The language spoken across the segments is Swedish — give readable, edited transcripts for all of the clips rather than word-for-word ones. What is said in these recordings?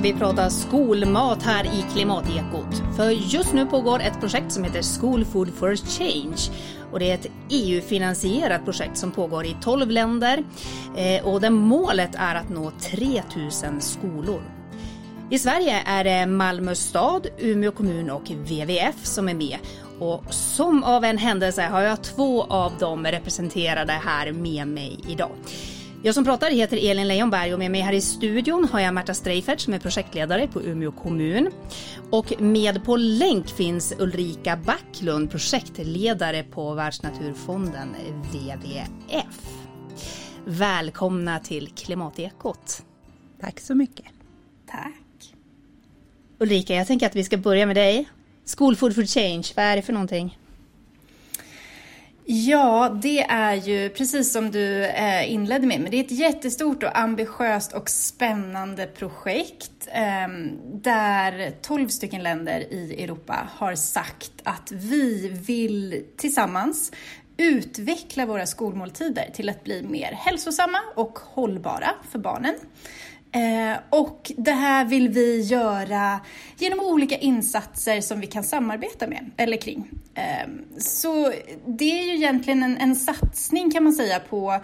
vi prata skolmat här i Klimatekot. För just nu pågår ett projekt som heter School Food for Change. Och det är ett EU-finansierat projekt som pågår i 12 länder. Och det målet är att nå 3000 skolor. I Sverige är det Malmö stad, Umeå kommun och WWF som är med. Och som av en händelse har jag 2 av dem representerade här med mig idag. Jag som pratar heter Elin Lejonberg och med mig här i studion har jag Märta Streifert som är projektledare på Umeå kommun. Och med på länk finns Ulrika Backlund, projektledare på Världsnaturfonden WWF. Välkomna till Klimatekot. Tack så mycket. Tack. Ulrika, jag tänker att vi ska börja med dig. School Food for Change, vad är det för någonting? Ja, det är ju precis som du inledde med, men det är ett jättestort och ambitiöst och spännande projekt där 12 stycken länder i Europa har sagt att vi vill tillsammans utveckla våra skolmåltider till att bli mer hälsosamma och hållbara för barnen. Och det här vill vi göra genom olika insatser som vi kan samarbeta med eller kring. Så det är ju egentligen en satsning kan man säga på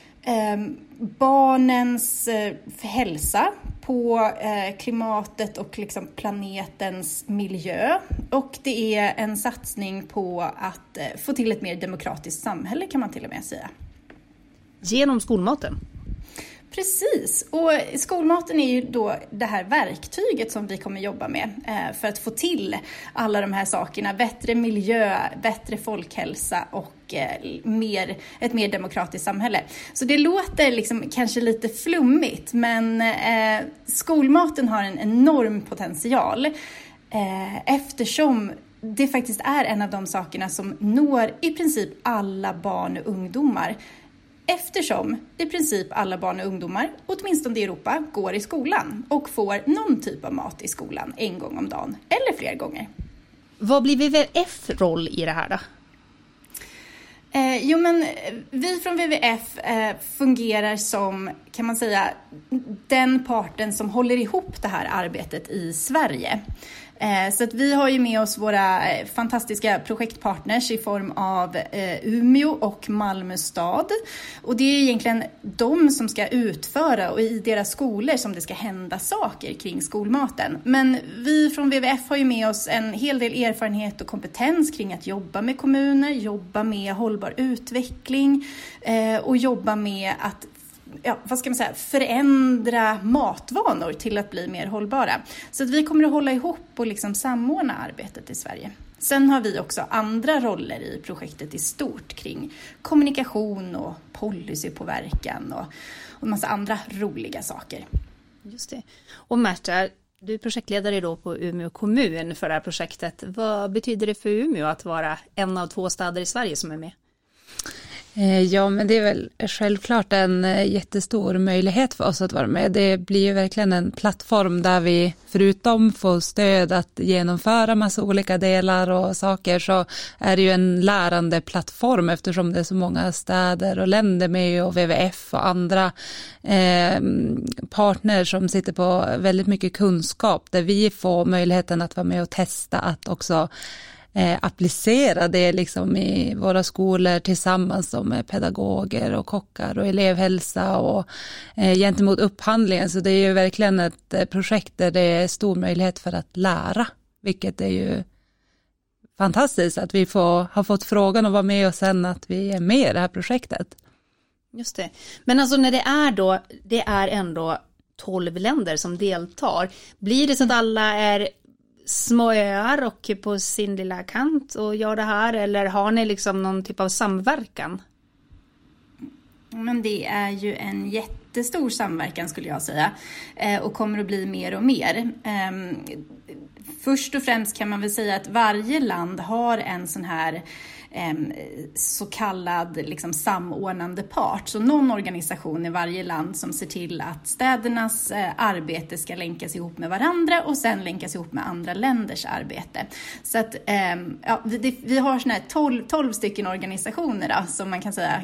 barnens hälsa, på klimatet och liksom planetens miljö. Och det är en satsning på att få till ett mer demokratiskt samhälle kan man till och med säga. Genom skolmaten? Precis, och skolmaten är ju då det här verktyget som vi kommer jobba med för att få till alla de här sakerna. Bättre miljö, bättre folkhälsa och ett mer demokratiskt samhälle. Så det låter liksom kanske lite flummigt, men skolmaten har en enorm potential eftersom det faktiskt är en av de sakerna som når i princip alla barn och ungdomar. Eftersom i princip alla barn och ungdomar, åtminstone i Europa, går i skolan och får någon typ av mat i skolan en gång om dagen eller fler gånger. Vad blir WWF roll i det här då? Vi från WWF fungerar som, kan man säga, den parten som håller ihop det här arbetet i Sverige. Så att vi har ju med oss våra fantastiska projektpartners i form av Umeå och Malmö stad. Och det är egentligen de som ska utföra och i deras skolor som det ska hända saker kring skolmaten. Men vi från WWF har ju med oss en hel del erfarenhet och kompetens kring att jobba med kommuner, jobba med hållbar utveckling och jobba med att förändra matvanor till att bli mer hållbara. Så att vi kommer att hålla ihop och liksom samordna arbetet i Sverige. Sen har vi också andra roller i projektet i stort kring kommunikation och policypåverkan och en massa andra roliga saker. Just det. Och Märta, du är projektledare då på Umeå kommun för det här projektet. Vad betyder det för Umeå att vara en av 2 städer i Sverige som är med? Ja, men det är väl självklart en jättestor möjlighet för oss att vara med. Det blir ju verkligen en plattform där vi förutom får stöd att genomföra massa olika delar och saker, så är det ju en lärande plattform eftersom det är så många städer och länder med och WWF och andra partner som sitter på väldigt mycket kunskap där vi får möjligheten att vara med och testa att också applicera det liksom i våra skolor tillsammans med pedagoger och kockar och elevhälsa och gentemot upphandlingen. Så det är ju verkligen ett projekt där det är stor möjlighet för att lära, vilket är ju fantastiskt att vi har fått frågan att vara med och sen att vi är med i det här projektet. Just det. Men alltså när det är ändå 12 länder som deltar, blir det så att alla är små öar och på sin lilla kant och gör det här, eller har ni liksom någon typ av samverkan? Men det är ju en jättestor samverkan skulle jag säga och kommer att bli mer och mer. först och främst kan man väl säga att varje land har en sån här så kallad liksom samordnande part. Så någon organisation i varje land som ser till att städernas arbete ska länkas ihop med varandra och sen länkas ihop med andra länders arbete. Så att vi har såna här 12 stycken organisationer då, som man kan säga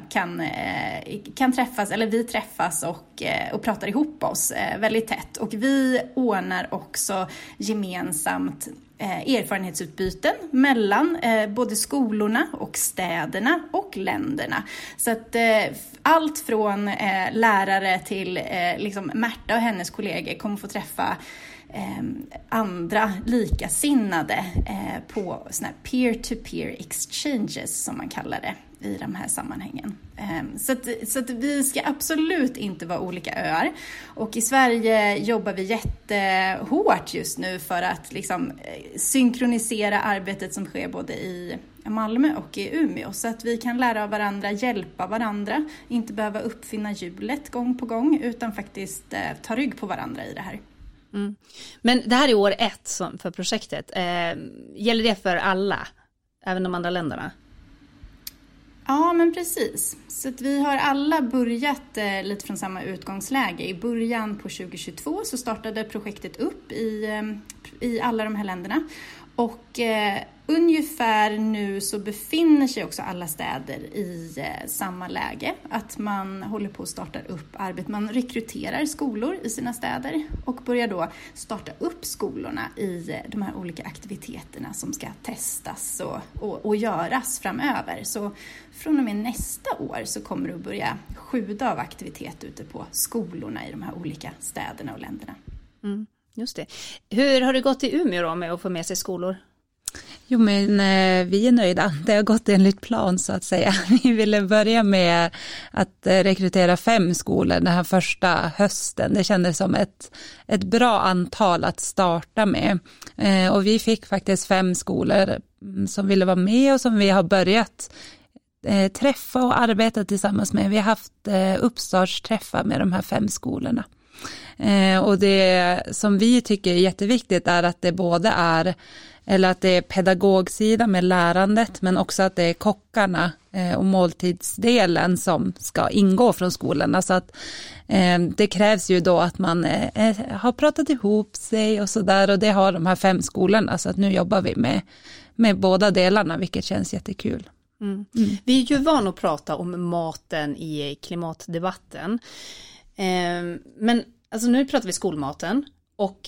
kan träffas, eller vi träffas och pratar ihop oss väldigt tätt. Och vi ordnar också gemensamt erfarenhetsutbyten mellan både skolorna och städerna och länderna. Så att allt från lärare till liksom Märta och hennes kollegor kommer få träffa andra likasinnade på såna här peer-to-peer exchanges som man kallar det i de här sammanhangen. Så att vi ska absolut inte vara olika öar. Och i Sverige jobbar vi jättehårt just nu för att liksom synkronisera arbetet som sker både i Malmö och i Umeå. Så att vi kan lära av varandra, hjälpa varandra, inte behöva uppfinna hjulet gång på gång utan faktiskt ta rygg på varandra i det här. Mm. Men det här är år 1 för projektet. Gäller det för alla, även de andra länderna? Ja, men precis. Så att vi har alla börjat lite från samma utgångsläge. I början på 2022 så startade projektet upp i alla de här länderna. Och ungefär nu så befinner sig också alla städer i samma läge. Att man håller på att starta upp arbete. Man rekryterar skolor i sina städer och börjar då starta upp skolorna i de här olika aktiviteterna som ska testas och göras framöver. Så från och med nästa år så kommer det att börja sjuda av aktivitet ute på skolorna i de här olika städerna och länderna. Mm. Just det. Hur har det gått i Umeå då med att få med sig skolor? Jo, men vi är nöjda. Det har gått enligt plan så att säga. Vi ville börja med att rekrytera 5 skolor den här första hösten. Det kändes som ett bra antal att starta med. Och vi fick faktiskt 5 skolor som ville vara med och som vi har börjat träffa och arbeta tillsammans med. Vi har haft uppstartsträffar med de här 5 skolorna. Och det som vi tycker är jätteviktigt är att det både är, eller att det är pedagogsidan med lärandet, men också att det är kockarna och måltidsdelen som ska ingå från skolorna. Så att det krävs ju då att man har pratat ihop sig och sådär, och det har de här 5 skolorna. Så att nu jobbar vi med båda delarna, vilket känns jättekul. Mm. Mm. Vi är ju vana att prata om maten i klimatdebatten. Men alltså nu pratar vi skolmaten, och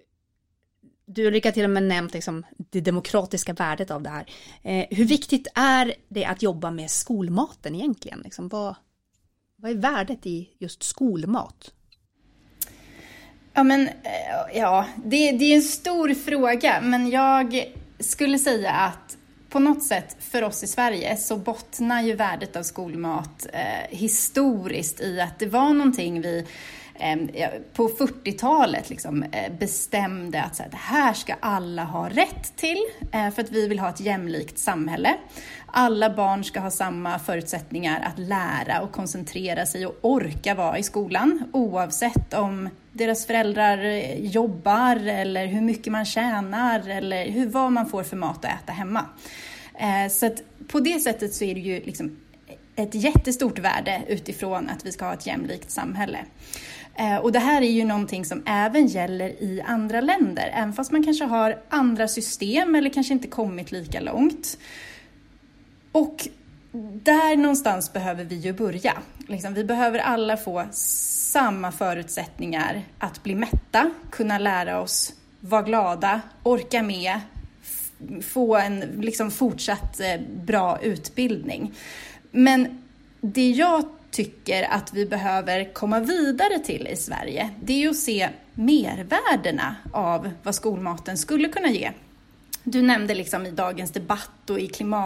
du Ulrika till och med nämnt liksom det demokratiska värdet av det här. Hur viktigt är det att jobba med skolmaten egentligen? Liksom, vad är värdet i just skolmat? Ja, det är en stor fråga, men jag skulle säga att på något sätt för oss i Sverige så bottnar ju värdet av skolmat historiskt i att det var någonting vi på 40-talet liksom, bestämde att så här, det här ska alla ha rätt till för att vi vill ha ett jämlikt samhälle. Alla barn ska ha samma förutsättningar att lära och koncentrera sig och orka vara i skolan, oavsett om deras föräldrar jobbar eller hur mycket man tjänar eller vad man får för mat att äta hemma. Så att på det sättet så är det ju liksom ett jättestort värde utifrån att vi ska ha ett jämlikt samhälle. Och det här är ju någonting som även gäller i andra länder, även fast man kanske har andra system eller kanske inte kommit lika långt. Och där någonstans behöver vi ju börja. Liksom, vi behöver alla få samma förutsättningar att bli mätta, kunna lära oss, vara glada, orka med, få en liksom fortsatt bra utbildning. Men det jag tycker att vi behöver komma vidare till i Sverige, det är ju att se mervärdena av vad skolmaten skulle kunna ge. Du nämnde liksom i dagens debatt och i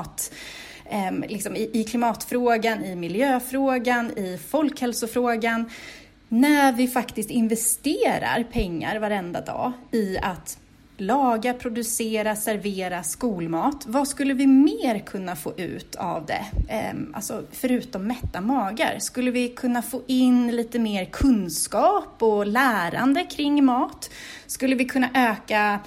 klimatfrågan, i miljöfrågan, i folkhälsofrågan, när vi faktiskt investerar pengar varenda dag i att laga, producera, servera skolmat. Vad skulle vi mer kunna få ut av det? Alltså förutom mätta magar. Skulle vi kunna få in lite mer kunskap och lärande kring mat? Skulle vi kunna öka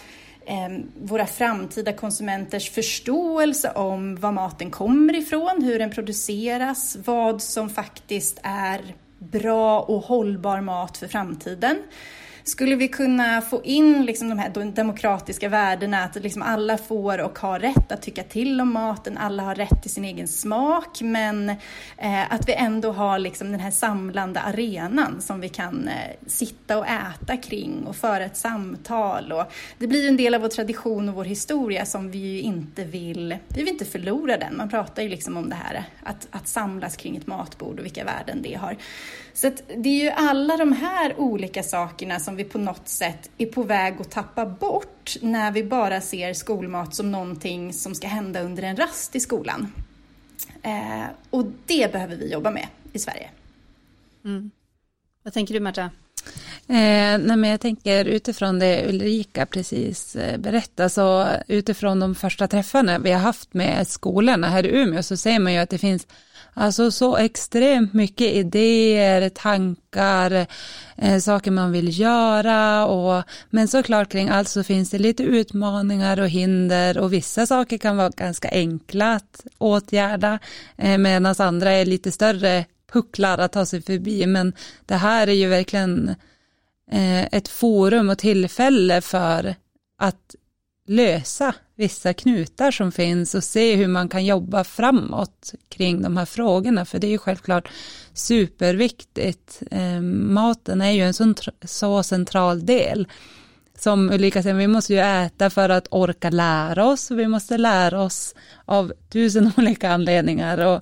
våra framtida konsumenters förståelse om var maten kommer ifrån, hur den produceras, vad som faktiskt är bra och hållbar mat för framtiden. Skulle vi kunna få in liksom de här demokratiska värdena, att liksom alla får och har rätt att tycka till om maten, alla har rätt till sin egen smak, men att vi ändå har liksom den här samlande arenan som vi kan sitta och äta kring och föra ett samtal. Och det blir ju en del av vår tradition och vår historia som vi ju inte vill förlora den. Man pratar ju liksom om det här att samlas kring ett matbord och vilka värden det har. Så att det är ju alla de här olika sakerna som vi på något sätt är på väg att tappa bort när vi bara ser skolmat som någonting som ska hända under en rast i skolan. Och det behöver vi jobba med i Sverige. Mm. Vad tänker du, Märta? Nej, men jag tänker utifrån det Ulrika precis berättade, så utifrån de första träffarna vi har haft med skolorna här i Umeå, så ser man ju att det finns alltså så extremt mycket idéer, tankar, saker man vill göra, men såklart kring allt så finns det lite utmaningar och hinder, och vissa saker kan vara ganska enkla att åtgärda, medan andra är lite större pucklar att ta sig förbi. Men det här är ju verkligen ett forum och tillfälle för att lösa vissa knutar som finns och se hur man kan jobba framåt kring de här frågorna, för det är ju självklart superviktigt. Maten är ju en så central del. Som Ulrika säger, vi måste ju äta för att orka lära oss, och vi måste lära oss av 1000 olika anledningar, och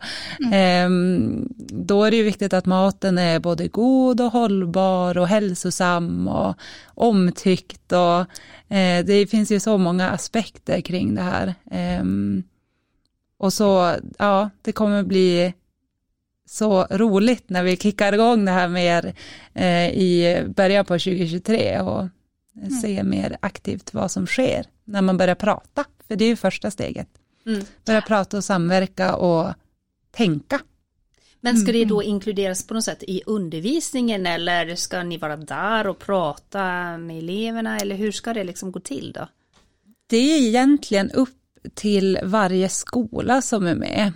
då är det ju viktigt att maten är både god och hållbar och hälsosam och omtyckt, och det finns ju så många aspekter kring det här. Och så, ja, det kommer bli så roligt när vi kickar igång det här mer i början på 2023 och se mer aktivt vad som sker när man börjar prata. För det är ju första steget. Börja prata och samverka och tänka. Men ska det då inkluderas på något sätt i undervisningen, eller ska ni vara där och prata med eleverna, eller hur ska det liksom gå till då? Det är egentligen upp till varje skola som är med.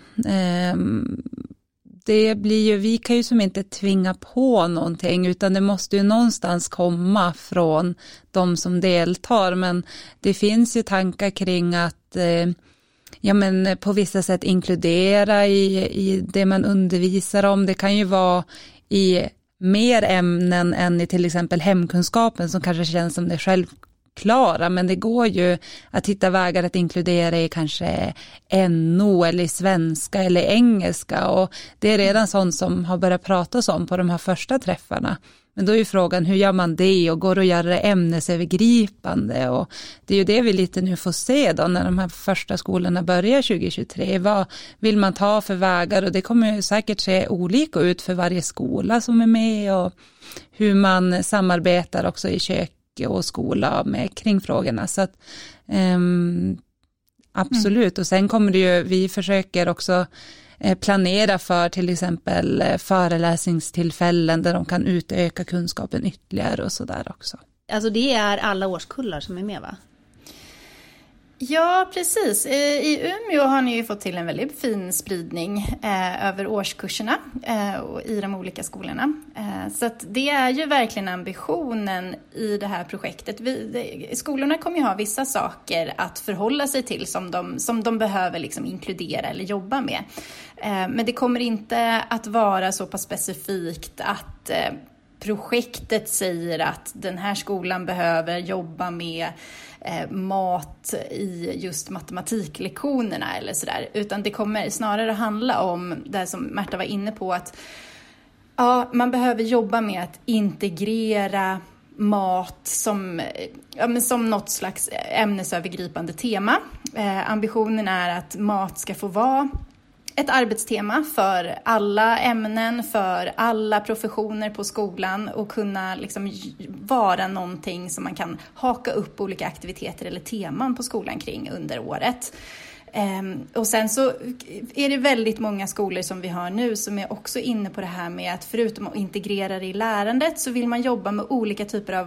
Det blir ju, vi kan ju som inte tvinga på någonting, utan det måste ju någonstans komma från de som deltar. Men det finns ju tankar kring att på vissa sätt inkludera i det man undervisar om. Det kan ju vara i mer ämnen än i till exempel hemkunskapen, som kanske känns som det självklara, men det går ju att hitta vägar att inkludera i kanske NO eller i svenska eller engelska, och det är redan sånt som har börjat pratas om på de här första träffarna. Men då är ju frågan, hur gör man det, och går det att göra det ämnesövergripande, och det är ju det vi lite nu får se då när de här första skolorna börjar 2023. Vad vill man ta för vägar, och det kommer ju säkert se olika ut för varje skola som är med, och hur man samarbetar också i kök och skola med kring frågorna. Så att absolut, och sen kommer det ju, vi försöker också planera för till exempel föreläsningstillfällen där de kan utöka kunskapen ytterligare och så där också. Alltså det är alla årskullar som är med, va? Ja, precis. I Umeå har ni ju fått till en väldigt fin spridning över årskurserna och i de olika skolorna. Så att det är ju verkligen ambitionen i det här projektet. Skolorna kommer ju ha vissa saker att förhålla sig till som de behöver liksom inkludera eller jobba med. Men det kommer inte att vara så pass specifikt att projektet säger att den här skolan behöver jobba med mat i just matematiklektionerna eller sådär, utan det kommer snarare handla om det som Märta var inne på, att man behöver jobba med att integrera mat som något slags ämnesövergripande tema. Ambitionen är att mat ska få vara ett arbetstema för alla ämnen, för alla professioner på skolan, och kunna liksom vara någonting som man kan haka upp olika aktiviteter eller teman på skolan kring under året. Och sen så är det väldigt många skolor som vi har nu som är också inne på det här med att förutom att integrera det i lärandet så vill man jobba med olika typer av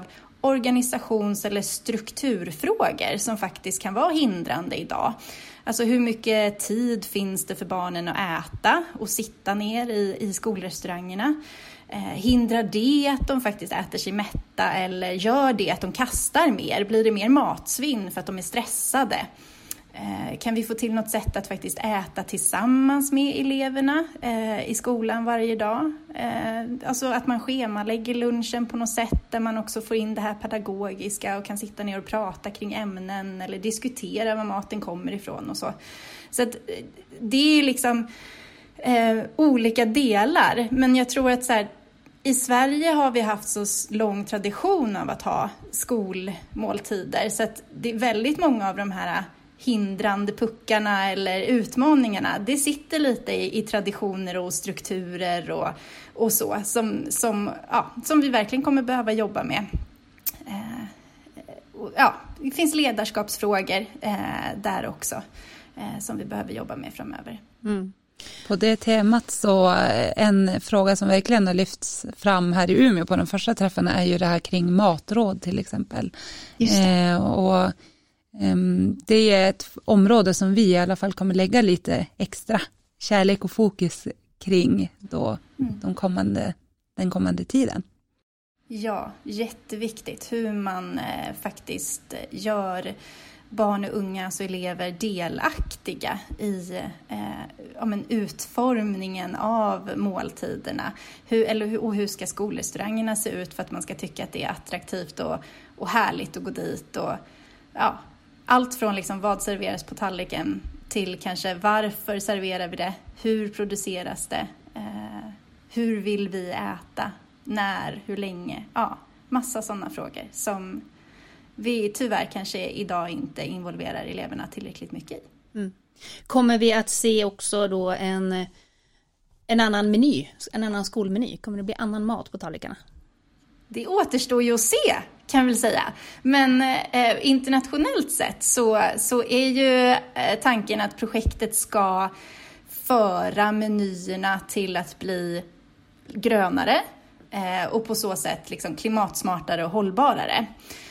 organisations- eller strukturfrågor som faktiskt kan vara hindrande idag. Alltså hur mycket tid finns det för barnen att äta och sitta ner i skolrestaurangerna? Hindrar det att de faktiskt äter sig mätta eller gör det att de kastar mer? Blir det mer matsvinn för att de är stressade? Kan vi få till något sätt att faktiskt äta tillsammans med eleverna i skolan varje dag? Alltså att man schemalägger lunchen på något sätt där man också får in det här pedagogiska och kan sitta ner och prata kring ämnen eller diskutera var maten kommer ifrån och så. Så att det är liksom olika delar, men jag tror att så här, i Sverige har vi haft så lång tradition av att ha skolmåltider så att det är väldigt många av de här hindrande puckarna eller utmaningarna, det sitter lite i traditioner och strukturer och så som vi verkligen kommer behöva jobba med. Det finns ledarskapsfrågor där också som vi behöver jobba med framöver. Mm. På det temat så en fråga som verkligen har lyfts fram här i Umeå på de första träffarna är ju det här kring matråd till exempel. Just det. Det är ett område som vi i alla fall kommer lägga lite extra kärlek och fokus kring då den kommande tiden. Ja, jätteviktigt hur man faktiskt gör barn och unga, alltså elever, delaktiga i utformningen av måltiderna. Hur ska skolrestaurangerna se ut för att man ska tycka att det är attraktivt och härligt att gå dit. Och, allt från liksom vad serveras på tallriken till kanske varför serverar vi det, hur produceras det, hur vill vi äta, när, hur länge. Ja, massa sådana frågor som vi tyvärr kanske idag inte involverar eleverna tillräckligt mycket i. Mm. Kommer vi att se också då en annan meny, en annan skolmeny? Kommer det bli annan mat på tallrikarna? Det återstår ju att se, kan jag väl säga. Men internationellt sett så är ju tanken att projektet ska föra menyerna till att bli grönare och på så sätt liksom klimatsmartare och hållbarare.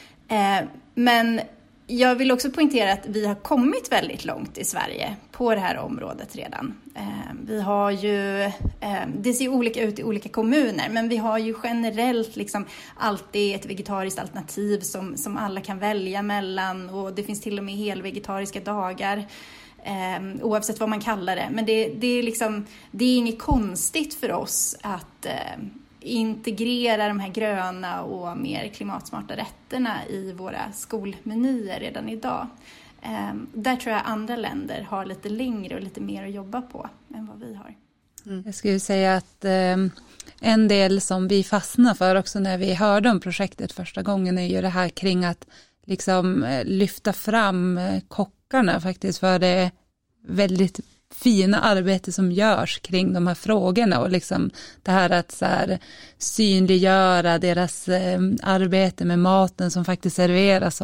Men jag vill också poängtera att vi har kommit väldigt långt i Sverige på det här området redan. Vi har ju, det ser olika ut i olika kommuner, men vi har ju generellt liksom alltid ett vegetariskt alternativ som alla kan välja mellan, och det finns till och med helvegetariska dagar. Oavsett vad man kallar det. Men det är inget konstigt för oss att integrera de här gröna och mer klimatsmarta rätterna i våra skolmenyer redan idag. Där tror jag andra länder har lite längre och lite mer att jobba på än vad vi har. Mm. Jag skulle säga att en del som vi fastnar för också när vi hörde om projektet första gången är ju det här kring att liksom lyfta fram kockarna faktiskt för det väldigt fina arbete som görs kring de här frågorna, och liksom det här att så här synliggöra deras arbete med maten som faktiskt serveras,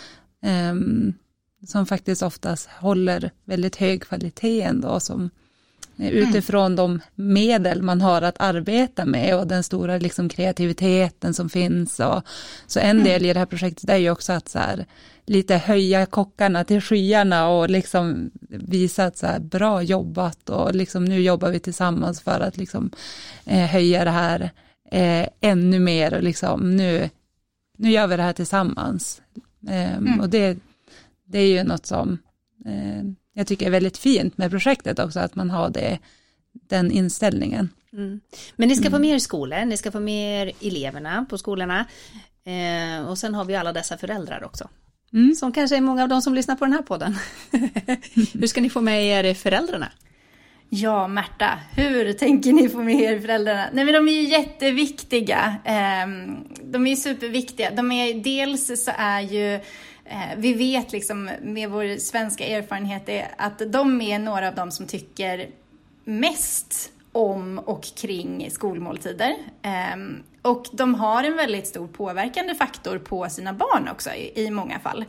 som faktiskt oftast håller väldigt hög kvalitet ändå, som utifrån de medel man har att arbeta med och den stora liksom kreativiteten som finns. Och så en del i det här projektet är ju också att så här, lite höja kockarna till skyarna och liksom visa att så här, bra jobbat, och liksom nu jobbar vi tillsammans för att liksom höja det här ännu mer, och liksom nu gör vi det här tillsammans. Och det är ju något som jag tycker är väldigt fint med projektet också, att man har den inställningen. Mm. Men ni ska få mer skolor, ni ska få mer eleverna på skolorna, och sen har vi alla dessa föräldrar också. Som kanske är många av de som lyssnar på den här podden. Hur ska ni få med er föräldrarna? Ja, Märta, hur tänker ni få med er föräldrarna? Nej, men de är ju jätteviktiga. De är ju superviktiga. Dels så är ju, vi vet liksom med vår svenska erfarenhet att de är några av dem som tycker mest om och kring skolmåltider. Och de har en väldigt stor påverkande faktor på sina barn också i många fall.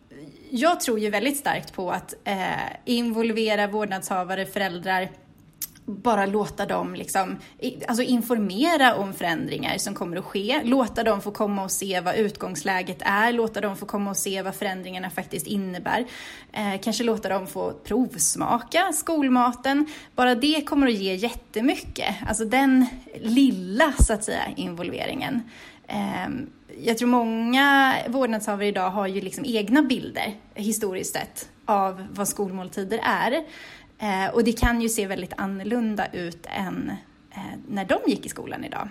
Jag tror ju väldigt starkt på att involvera vårdnadshavare, föräldrar bara låta dem liksom, alltså informera om förändringar som kommer att ske. Låta dem få komma och se vad utgångsläget är. Låta dem få komma och se vad förändringarna faktiskt innebär. Kanske låta dem få provsmaka skolmaten. Bara det kommer att ge jättemycket. Alltså den lilla, så att säga, involveringen. Jag tror många vårdnadshavare idag har ju liksom egna bilder historiskt sett av vad skolmåltider är. Och det kan ju se väldigt annorlunda ut än när de gick i skolan idag.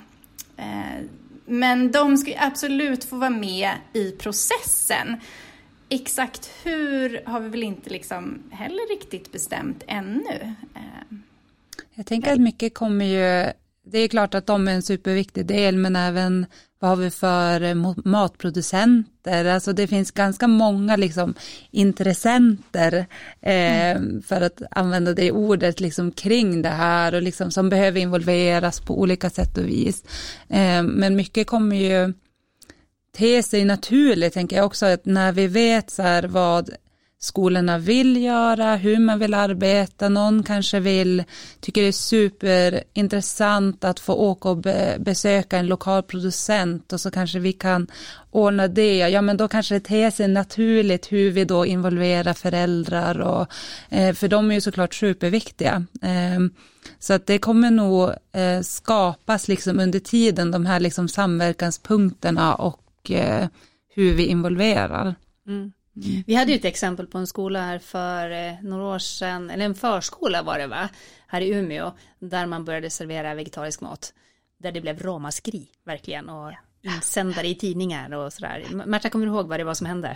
Men de ska ju absolut få vara med i processen. Exakt hur har vi väl inte liksom heller riktigt bestämt ännu. Jag tänker att mycket kommer ju, det är klart att de är en superviktig del, men även vad har vi för matproducenter? Alltså det finns ganska många liksom intressenter för att använda det ordet liksom kring det här och liksom som behöver involveras på olika sätt och vis. Men mycket kommer ju te sig naturligt, tänker jag också, att när vi vet så här vad skolorna vill göra, hur man vill arbeta. Någon kanske tycker det är superintressant att få åka och besöka en lokal producent och så kanske vi kan ordna det. Ja, men då kanske det ter sig naturligt hur vi då involverar föräldrar och för de är ju såklart superviktiga. Så att det kommer nog skapas liksom under tiden de här liksom samverkanspunkterna och hur vi involverar. Mm. Vi hade ju ett exempel på en skola här för några år sedan, eller en förskola var det va, här i Umeå, där man började servera vegetarisk mat. Där det blev ramaskri, verkligen, och insändare i tidningar och sådär. Märta, kommer du ihåg vad det var som hände?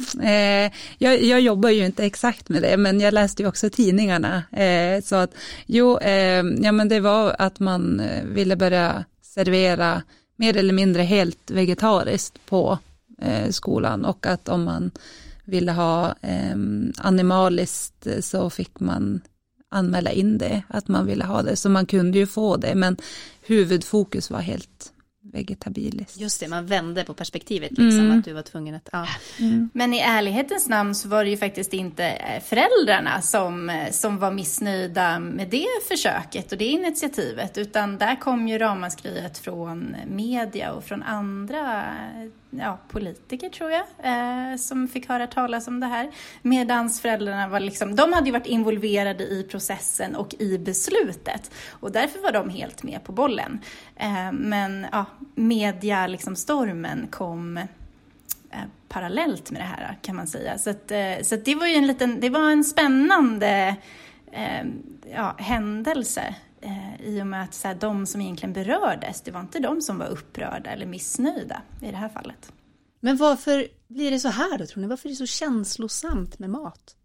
Jag jobbar ju inte exakt med det, men jag läste ju också tidningarna. Så att, ja men det var att man ville börja servera mer eller mindre helt vegetariskt på skolan, och att om man ville ha animaliskt så fick man anmäla in det, att man ville ha det, så man kunde ju få det, men huvudfokus var helt vegetabiliskt. Just det, man vände på perspektivet liksom, att du var tvungen att... Ja. Men i ärlighetens namn så var det ju faktiskt inte föräldrarna som var missnöjda med det försöket och det initiativet, utan där kom ju ramaskriet från media och från andra politiker, tror jag, som fick höra talas om det här. Medans föräldrarna var liksom, de hade ju varit involverade i processen och i beslutet, och därför var de helt med på bollen. Men media liksom stormen kom parallellt med det här, kan man säga. Så att det var ju det var en spännande händelse, i och med att så här, de som egentligen berördes, det var inte de som var upprörda eller missnöjda i det här fallet. Men varför blir det så här då, tror ni? Varför är det så känslosamt med mat?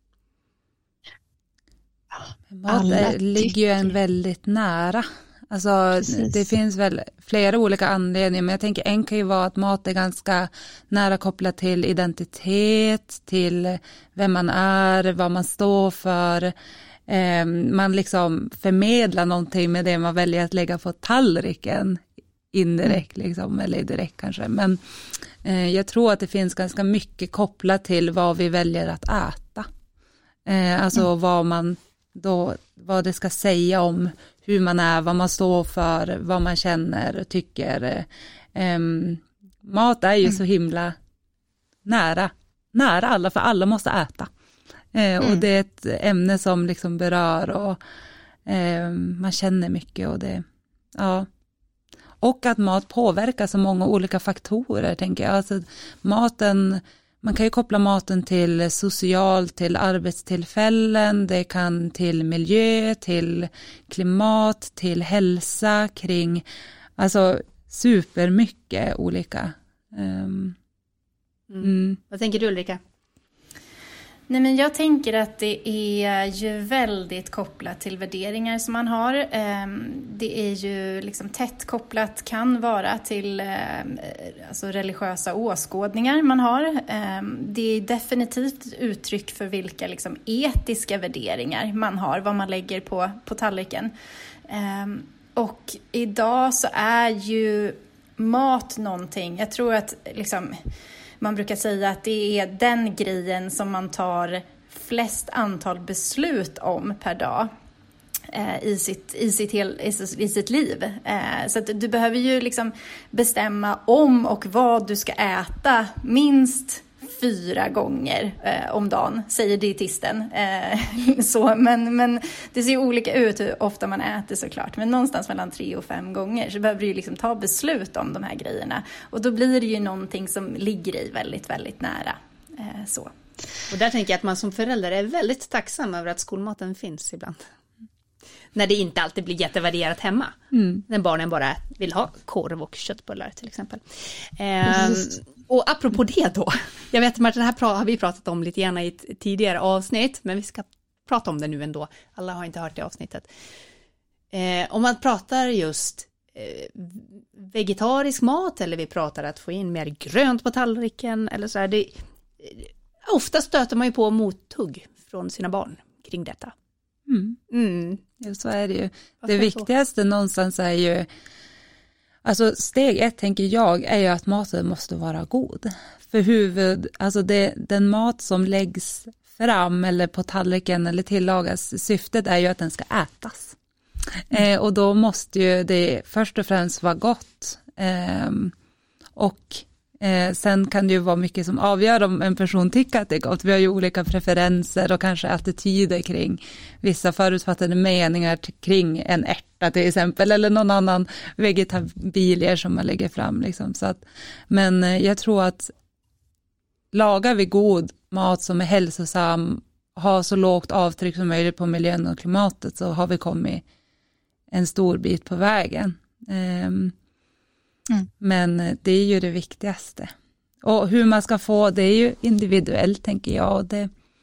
Mat ligger ju en väldigt nära. Alltså precis. Det finns väl flera olika anledningar, men jag tänker en kan ju vara att mat är ganska nära kopplat till identitet, till vem man är, vad man står för. Man liksom förmedlar någonting med det man väljer att lägga på tallriken indirekt liksom, eller direkt kanske. Men jag tror att det finns ganska mycket kopplat till vad vi väljer att äta. Alltså vad det ska säga om hur man är, vad man står för, vad man känner och tycker. Mat är ju så himla nära alla, för alla måste äta. Och det är ett ämne som liksom berör och man känner mycket och det, och att mat påverkar så många olika faktorer, tänker jag. Alltså maten, man kan ju koppla maten till socialt, till arbetstillfällen, det kan till miljö, till klimat, till hälsa, kring, alltså supermycket olika. Vad tänker du, Ulrika? Nej, men jag tänker att det är ju väldigt kopplat till värderingar som man har. Det är ju liksom tätt kopplat, kan vara till alltså religiösa åskådningar man har. Det är definitivt uttryck för vilka liksom etiska värderingar man har, vad man lägger på tallriken. Och idag så är ju mat någonting, jag tror att liksom... Man brukar säga att det är den grejen som man tar flest antal beslut om per dag. i sitt liv. Så att du behöver ju liksom bestämma om och vad du ska äta minst 4 gånger om dagen, säger dietisten. Men det ser ju olika ut hur ofta man äter såklart. Men någonstans mellan 3 och 5 gånger så behöver du ju liksom ta beslut om de här grejerna. Och då blir det ju någonting som ligger i väldigt, väldigt nära. Så. Och där tänker jag att man som förälder är väldigt tacksam över att skolmaten finns ibland. När det inte alltid blir jättevarierat hemma. När barnen bara vill ha korv och köttbullar till exempel. Och apropå det då. Jag vet att det här har vi pratat om lite grann i ett tidigare avsnitt. Men vi ska prata om det nu ändå. Alla har inte hört det avsnittet. Om man pratar just vegetarisk mat. Eller vi pratar att få in mer grönt på tallriken. Eller så här, ofta stöter man ju på mothugg från sina barn kring detta. Ja, så är det ju. Det viktigaste någonstans är ju, alltså steg 1 tänker jag är ju att maten måste vara god. För den mat som läggs fram eller på tallriken eller tillagas, syftet är ju att den ska ätas. Och då måste ju det först och främst vara gott. Sen kan det ju vara mycket som avgör om en person tycker att det är gott. Vi har ju olika preferenser och kanske attityder kring vissa förutfattade meningar kring en ärta till exempel. Eller någon annan vegetabilier som man lägger fram. Liksom. Men jag tror att lagar vi god mat som är hälsosam, har så lågt avtryck som möjligt på miljön och klimatet, så har vi kommit en stor bit på vägen. Men det är ju det viktigaste. Och hur man ska få, det är ju individuellt tänker jag.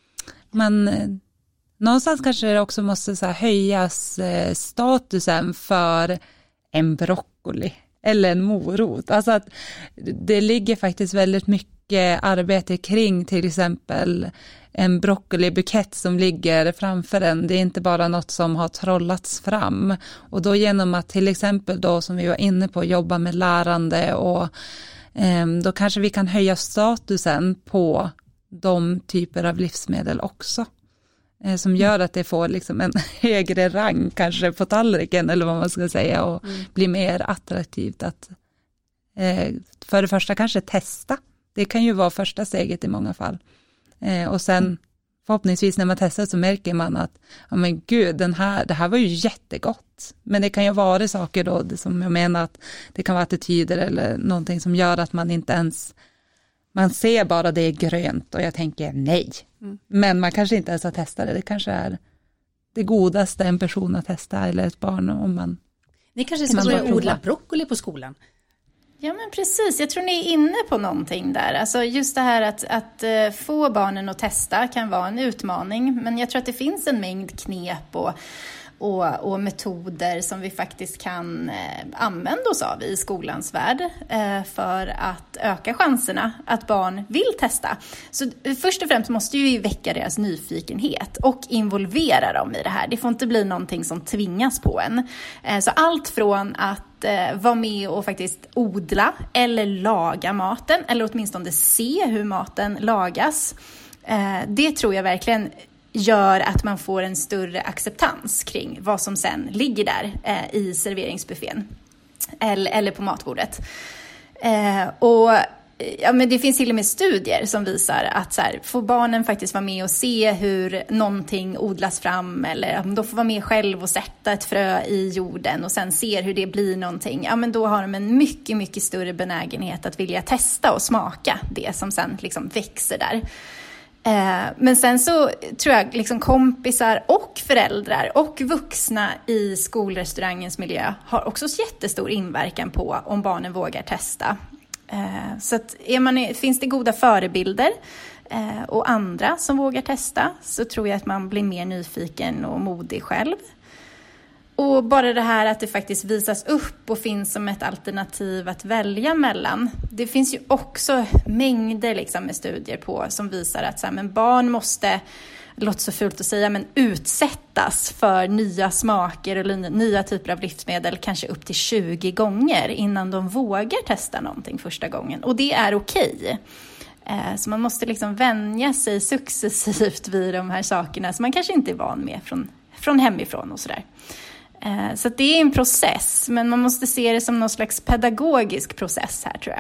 Någonstans kanske det också måste så här höjas statusen för en broccoli eller en morot. Alltså att det ligger faktiskt väldigt mycket arbete kring till exempel en broccolibukett som ligger framför en. Det är inte bara något som har trollats fram. Och då genom att till exempel då som vi var inne på jobba med lärande och då kanske vi kan höja statusen på de typer av livsmedel också. Som gör att det får liksom en högre rang kanske på tallriken eller vad man ska säga och blir mer attraktivt att för det första kanske testa. Det kan ju vara första steget i många fall. Och sen förhoppningsvis när man testar så märker man att men gud, det här var ju jättegott. Men det kan ju vara saker då som jag menar att det kan vara attityder eller någonting som gör att man inte ens, man ser bara det är grönt och jag tänker nej. Men man kanske inte ens har testat det. Det kanske är det godaste en person har testat eller ett barn om man. Ni kanske ska börja odla broccoli på skolan. Ja men precis, jag tror ni är inne på någonting där. Alltså just det här att få barnen att testa kan vara en utmaning. Men jag tror att det finns en mängd knep och metoder som vi faktiskt kan använda oss av i skolans värld för att öka chanserna att barn vill testa. Så först och främst måste vi väcka deras nyfikenhet och involvera dem i det här. Det får inte bli någonting som tvingas på en. Så allt från att vara med och faktiskt odla eller laga maten eller åtminstone se hur maten lagas. Det tror jag verkligen gör att man får en större acceptans kring vad som sen ligger där i serveringsbuffén eller på matbordet. Men det finns till och med studier som visar att så här, får barnen faktiskt vara med och se hur någonting odlas fram eller om de får vara med själv och sätta ett frö i jorden och sen ser hur det blir någonting, ja men då har de en mycket, mycket större benägenhet att vilja testa och smaka det som sen liksom växer där. Men sen så tror jag liksom kompisar och föräldrar och vuxna i skolrestaurangens miljö har också jättestor inverkan på om barnen vågar testa. Så att finns det goda förebilder och andra som vågar testa så tror jag att man blir mer nyfiken och modig själv. Och bara det här att det faktiskt visas upp och finns som ett alternativ att välja mellan. Det finns ju också mängder liksom med studier på som visar att så här, men barn måste, det låter så fult att säga, men utsättas för nya smaker och nya typer av livsmedel kanske upp till 20 gånger innan de vågar testa någonting första gången. Och det är okej. Så man måste liksom vänja sig successivt vid de här sakerna som man kanske inte är van med från hemifrån och sådär. Så att det är en process, men man måste se det som någon slags pedagogisk process här, tror jag.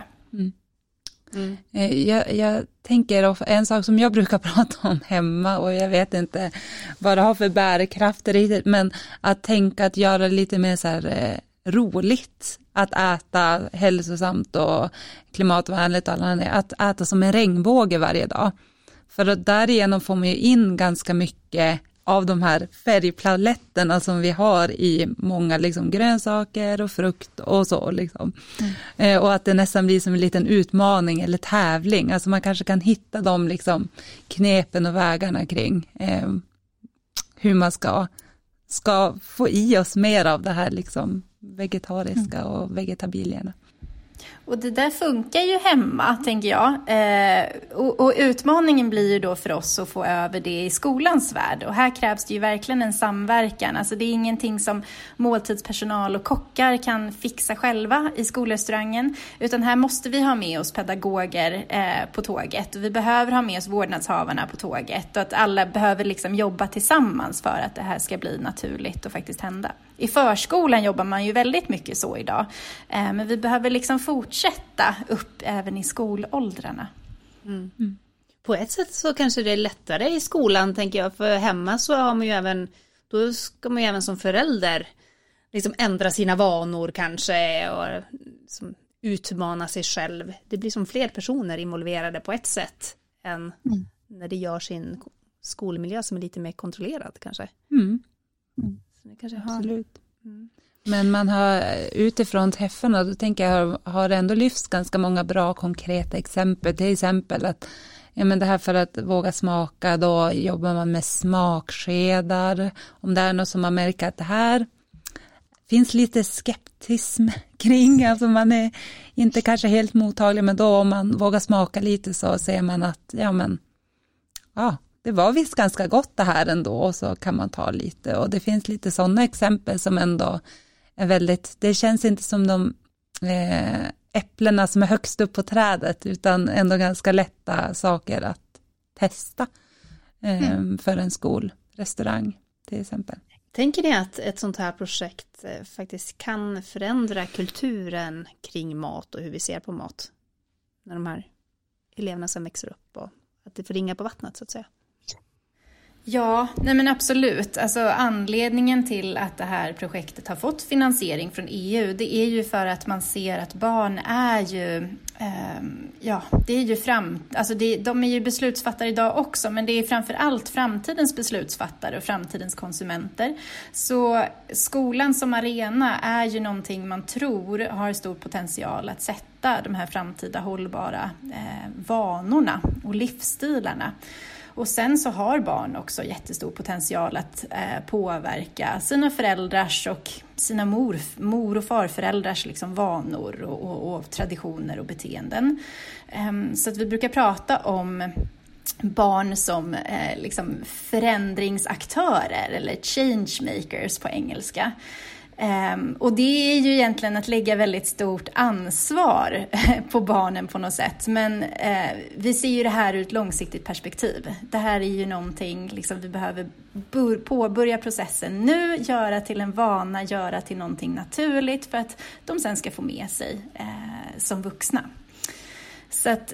Jag tänker, en sak som jag brukar prata om hemma, och jag vet inte vad det har för bärkraft riktigt, men att tänka att göra det lite mer så här roligt att äta hälsosamt och klimatvänligt och att äta som en regnbåge varje dag. För att därigenom får man ju in ganska mycket av de här färgpaletterna som vi har i många liksom grönsaker och frukt och så liksom. Och att det nästan blir som en liten utmaning eller tävling. Alltså man kanske kan hitta de liksom knepen och vägarna kring hur man ska få i oss mer av det här liksom vegetariska och vegetabilierna. Och det där funkar ju hemma, tänker jag. Och utmaningen blir ju då för oss att få över det i skolans värld. Och här krävs det ju verkligen en samverkan. Alltså det är ingenting som måltidspersonal och kockar kan fixa själva i skolrestaurangen. Utan här måste vi ha med oss pedagoger på tåget. Och vi behöver ha med oss vårdnadshavarna på tåget. Och att alla behöver liksom jobba tillsammans för att det här ska bli naturligt och faktiskt hända. I förskolan jobbar man ju väldigt mycket så idag. Men vi behöver liksom fortsätta upp även i skolåldrarna. På ett sätt så kanske det är lättare i skolan, tänker jag. För hemma så har man ju då ska man ju även som förälder liksom ändra sina vanor kanske och liksom utmana sig själv. Det blir som fler personer involverade på ett sätt än när det gör sin skolmiljö som är lite mer kontrollerad kanske. Så det kanske Absolut. Men man har utifrån träffarna, då tänker jag har ändå lyfts ganska många bra konkreta exempel. Till exempel att men det här för att våga smaka, då jobbar man med smakskedar. Om det är något som man märker att det här finns lite skeptism kring, alltså man är inte kanske helt mottaglig, men då om man vågar smaka lite så ser man att det var visst ganska gott det här ändå, och så kan man ta lite. Och det finns lite sådana exempel som ändå är väldigt, det känns inte som de äpplena som är högst upp på trädet, utan ändå ganska lätta saker att testa för en skolrestaurang till exempel. Tänker ni att ett sånt här projekt faktiskt kan förändra kulturen kring mat och hur vi ser på mat? När de här eleverna som växer upp och att det får ringa på vattnet så att säga. Ja, nej men absolut. Alltså anledningen till att det här projektet har fått finansiering från EU, det är ju för att man ser att barn är ju, det är ju de är ju beslutsfattare idag också, men det är framför allt framtidens beslutsfattare och framtidens konsumenter. Så skolan som arena är ju någonting man tror har stor potential att sätta de här framtida hållbara vanorna och livsstilarna. Och sen så har barn också jättestor potential att påverka sina föräldrars och sina mor- och farföräldrars liksom vanor och traditioner och beteenden. Så att vi brukar prata om barn som liksom förändringsaktörer eller changemakers på engelska. Och det är ju egentligen att lägga väldigt stort ansvar på barnen på något sätt. Men vi ser ju det här ur ett långsiktigt perspektiv. Det här är ju någonting, liksom, vi behöver påbörja processen nu, göra till en vana, göra till någonting naturligt för att de sen ska få med sig som vuxna. Så att,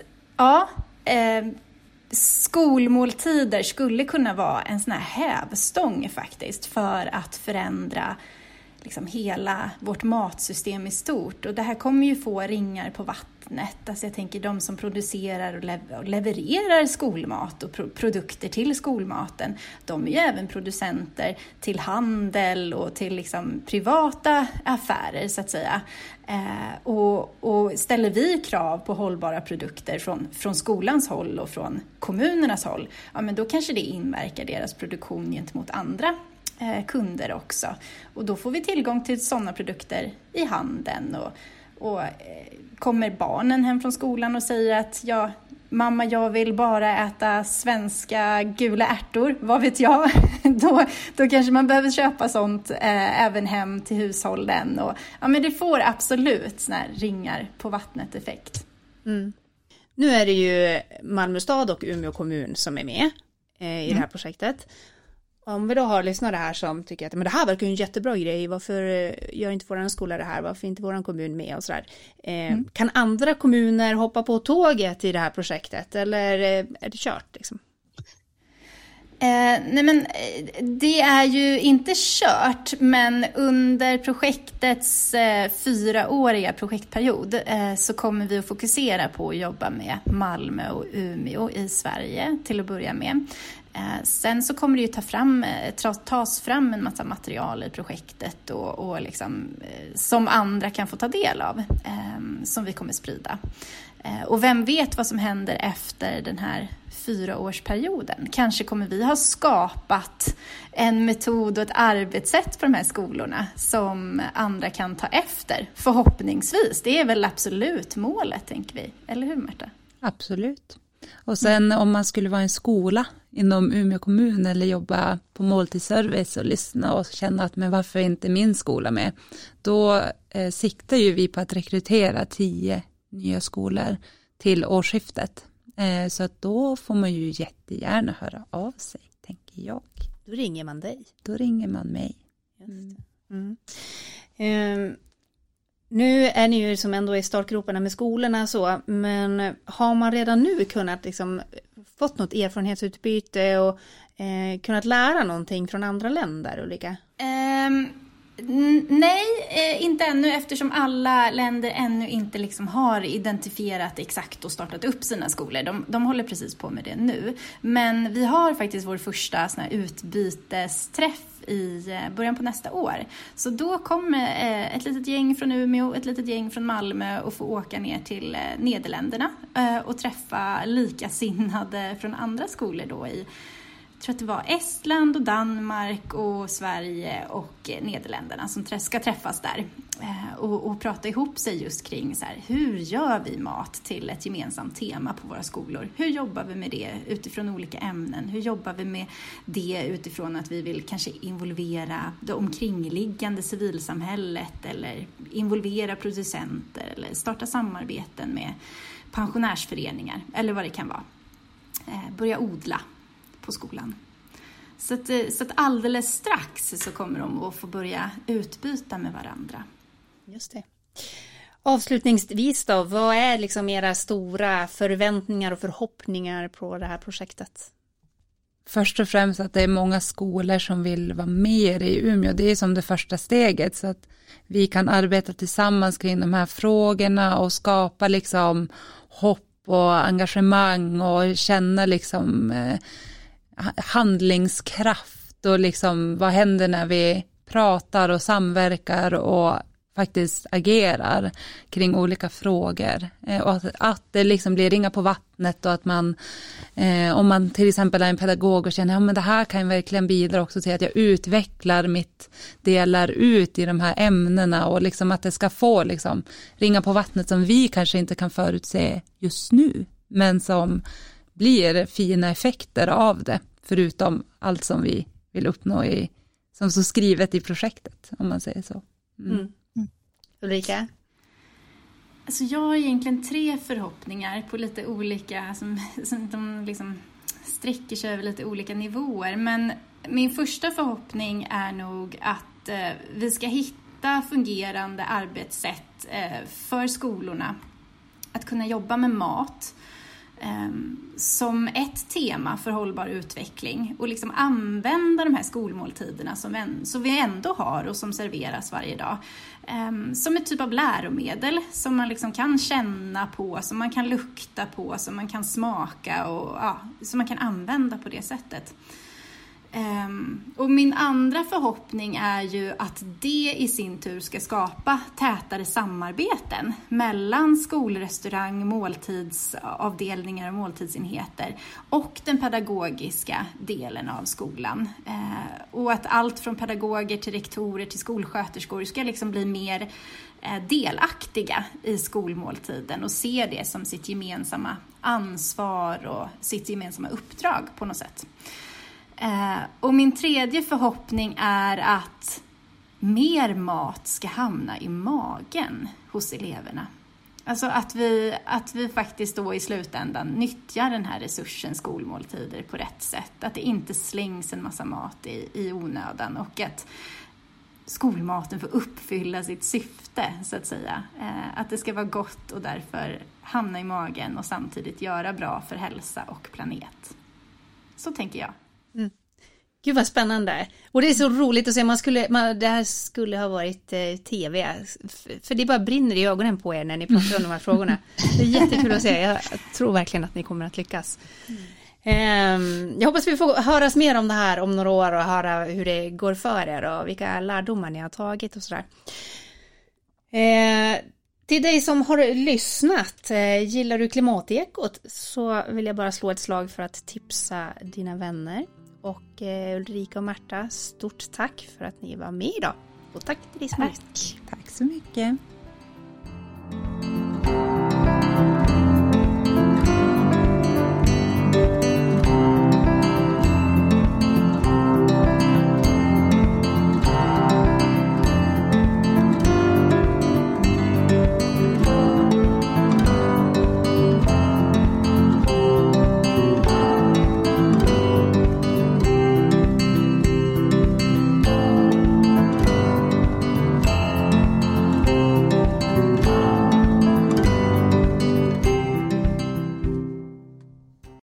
skolmåltider skulle kunna vara en sån här hävstång faktiskt för att förändra liksom hela vårt matsystem i stort. Och det här kommer ju få ringar på vattnet. Alltså jag tänker de som producerar och levererar skolmat och produkter till skolmaten. De är ju även producenter till handel och till liksom privata affärer så att säga. Och ställer vi krav på hållbara produkter från skolans håll och från kommunernas håll, ja men då kanske det inverkar deras produktion gentemot andra kunder också. Och då får vi tillgång till sådana produkter i handeln och kommer barnen hem från skolan och säger att mamma, jag vill bara äta svenska gula ärtor, vad vet jag? Då kanske man behöver köpa sånt även hem till hushållen. Och, men det får absolut såna här ringar på vattnet-effekt. Nu är det ju Malmö stad och Umeå kommun som är med i det här projektet. Om vi då har lyssnare här som tycker att men det här verkar ju en jättebra grej, varför gör inte våran skola det här, varför inte våran kommun med och sådär. Kan andra kommuner hoppa på tåget i det här projektet eller är det kört liksom? Nej men det är ju inte kört, men under projektets 4-åriga projektperiod så kommer vi att fokusera på att jobba med Malmö och Umeå i Sverige till att börja med. Sen så kommer det ju tas fram en massa material i projektet och liksom, som andra kan få ta del av, som vi kommer sprida. Och vem vet vad som händer efter den här 4-årsperioden. Kanske kommer vi ha skapat en metod och ett arbetssätt på de här skolorna som andra kan ta efter. Förhoppningsvis. Det är väl absolut målet, tänker vi. Eller hur, Märta? Absolut. Och sen om man skulle vara en skola inom Umeå kommun eller jobba på måltidsservice och lyssna och känna att men varför är inte min skola med? Då siktar ju vi på att rekrytera 10 nya skolor till årsskiftet. Så att då får man ju jättegärna höra av sig, tänker jag. Då ringer man dig. Då ringer man mig. Just det. Nu är ni ju som ändå i startgroparna med skolorna så, men har man redan nu kunnat liksom fått något erfarenhetsutbyte och kunnat lära någonting från andra länder olika? Nej, inte ännu, eftersom alla länder ännu inte liksom har identifierat exakt och startat upp sina skolor. De håller precis på med det nu. Men vi har faktiskt vår första sån här utbytesträff i början på nästa år. Så då kommer ett litet gäng från Umeå, ett litet gäng från Malmö och få åka ner till Nederländerna och träffa likasinnade från andra skolor då i, jag tror att det var Estland och Danmark och Sverige och Nederländerna som ska träffas där och prata ihop sig just kring så här, hur gör vi mat till ett gemensamt tema på våra skolor? Hur jobbar vi med det utifrån olika ämnen? Hur jobbar vi med det utifrån att vi vill kanske involvera det omkringliggande civilsamhället eller involvera producenter eller starta samarbeten med pensionärsföreningar eller vad det kan vara. Börja odla på skolan. Så att alldeles strax så kommer de att få börja utbyta med varandra. Just det. Avslutningsvis då, vad är liksom era stora förväntningar och förhoppningar på det här projektet? Först och främst att det är många skolor som vill vara med i Umeå. Det är som det första steget så att vi kan arbeta tillsammans kring de här frågorna och skapa liksom hopp och engagemang och känna liksom handlingskraft och liksom vad händer när vi pratar och samverkar och faktiskt agerar kring olika frågor och att det liksom blir ringa på vattnet och att man om man till exempel är en pedagog och känner men det här kan verkligen bidra också till att jag utvecklar mitt delar ut i de här ämnena och liksom att det ska få liksom ringa på vattnet som vi kanske inte kan förutse just nu men som blir fina effekter av det förutom allt som vi vill uppnå som så skrivet i projektet om man säger så. Ulrika? Alltså jag har egentligen 3 förhoppningar på lite olika som de liksom sträcker sig över lite olika nivåer. Men min första förhoppning är nog att vi ska hitta fungerande arbetssätt för skolorna att kunna jobba med mat som ett tema för hållbar utveckling och liksom använda de här skolmåltiderna som vi ändå har och som serveras varje dag som ett typ av läromedel som man liksom kan känna på, som man kan lukta på, som man kan smaka och som man kan använda på det sättet. Och min andra förhoppning är ju att det i sin tur ska skapa tätare samarbeten mellan skolrestaurang, måltidsavdelningar och måltidsenheter och den pedagogiska delen av skolan. Och att allt från pedagoger till rektorer till skolsköterskor ska liksom bli mer delaktiga i skolmåltiden och se det som sitt gemensamma ansvar och sitt gemensamma uppdrag på något sätt. Och min tredje förhoppning är att mer mat ska hamna i magen hos eleverna. Alltså att vi faktiskt då i slutändan nyttjar den här resursen skolmåltider på rätt sätt. Att det inte slängs en massa mat i onödan och att skolmaten får uppfylla sitt syfte så att säga. Att det ska vara gott och därför hamna i magen och samtidigt göra bra för hälsa och planet. Så tänker jag. Mm. Gud vad spännande. Och det är så roligt att se. Det här skulle ha varit tv. För det bara brinner i ögonen på er när ni pratar om de här frågorna. Det är jättekul att se. Jag tror verkligen att ni kommer att lyckas. Jag hoppas vi får höras mer om det här om några år och höra hur det går för er och vilka lärdomar ni har tagit och sådär. Till dig som har lyssnat, gillar du Klimatekot så vill jag bara slå ett slag för att tipsa dina vänner. Och Ulrika och Märta, stort tack för att ni var med idag. Och tack till dig som lyssnat. Tack så mycket.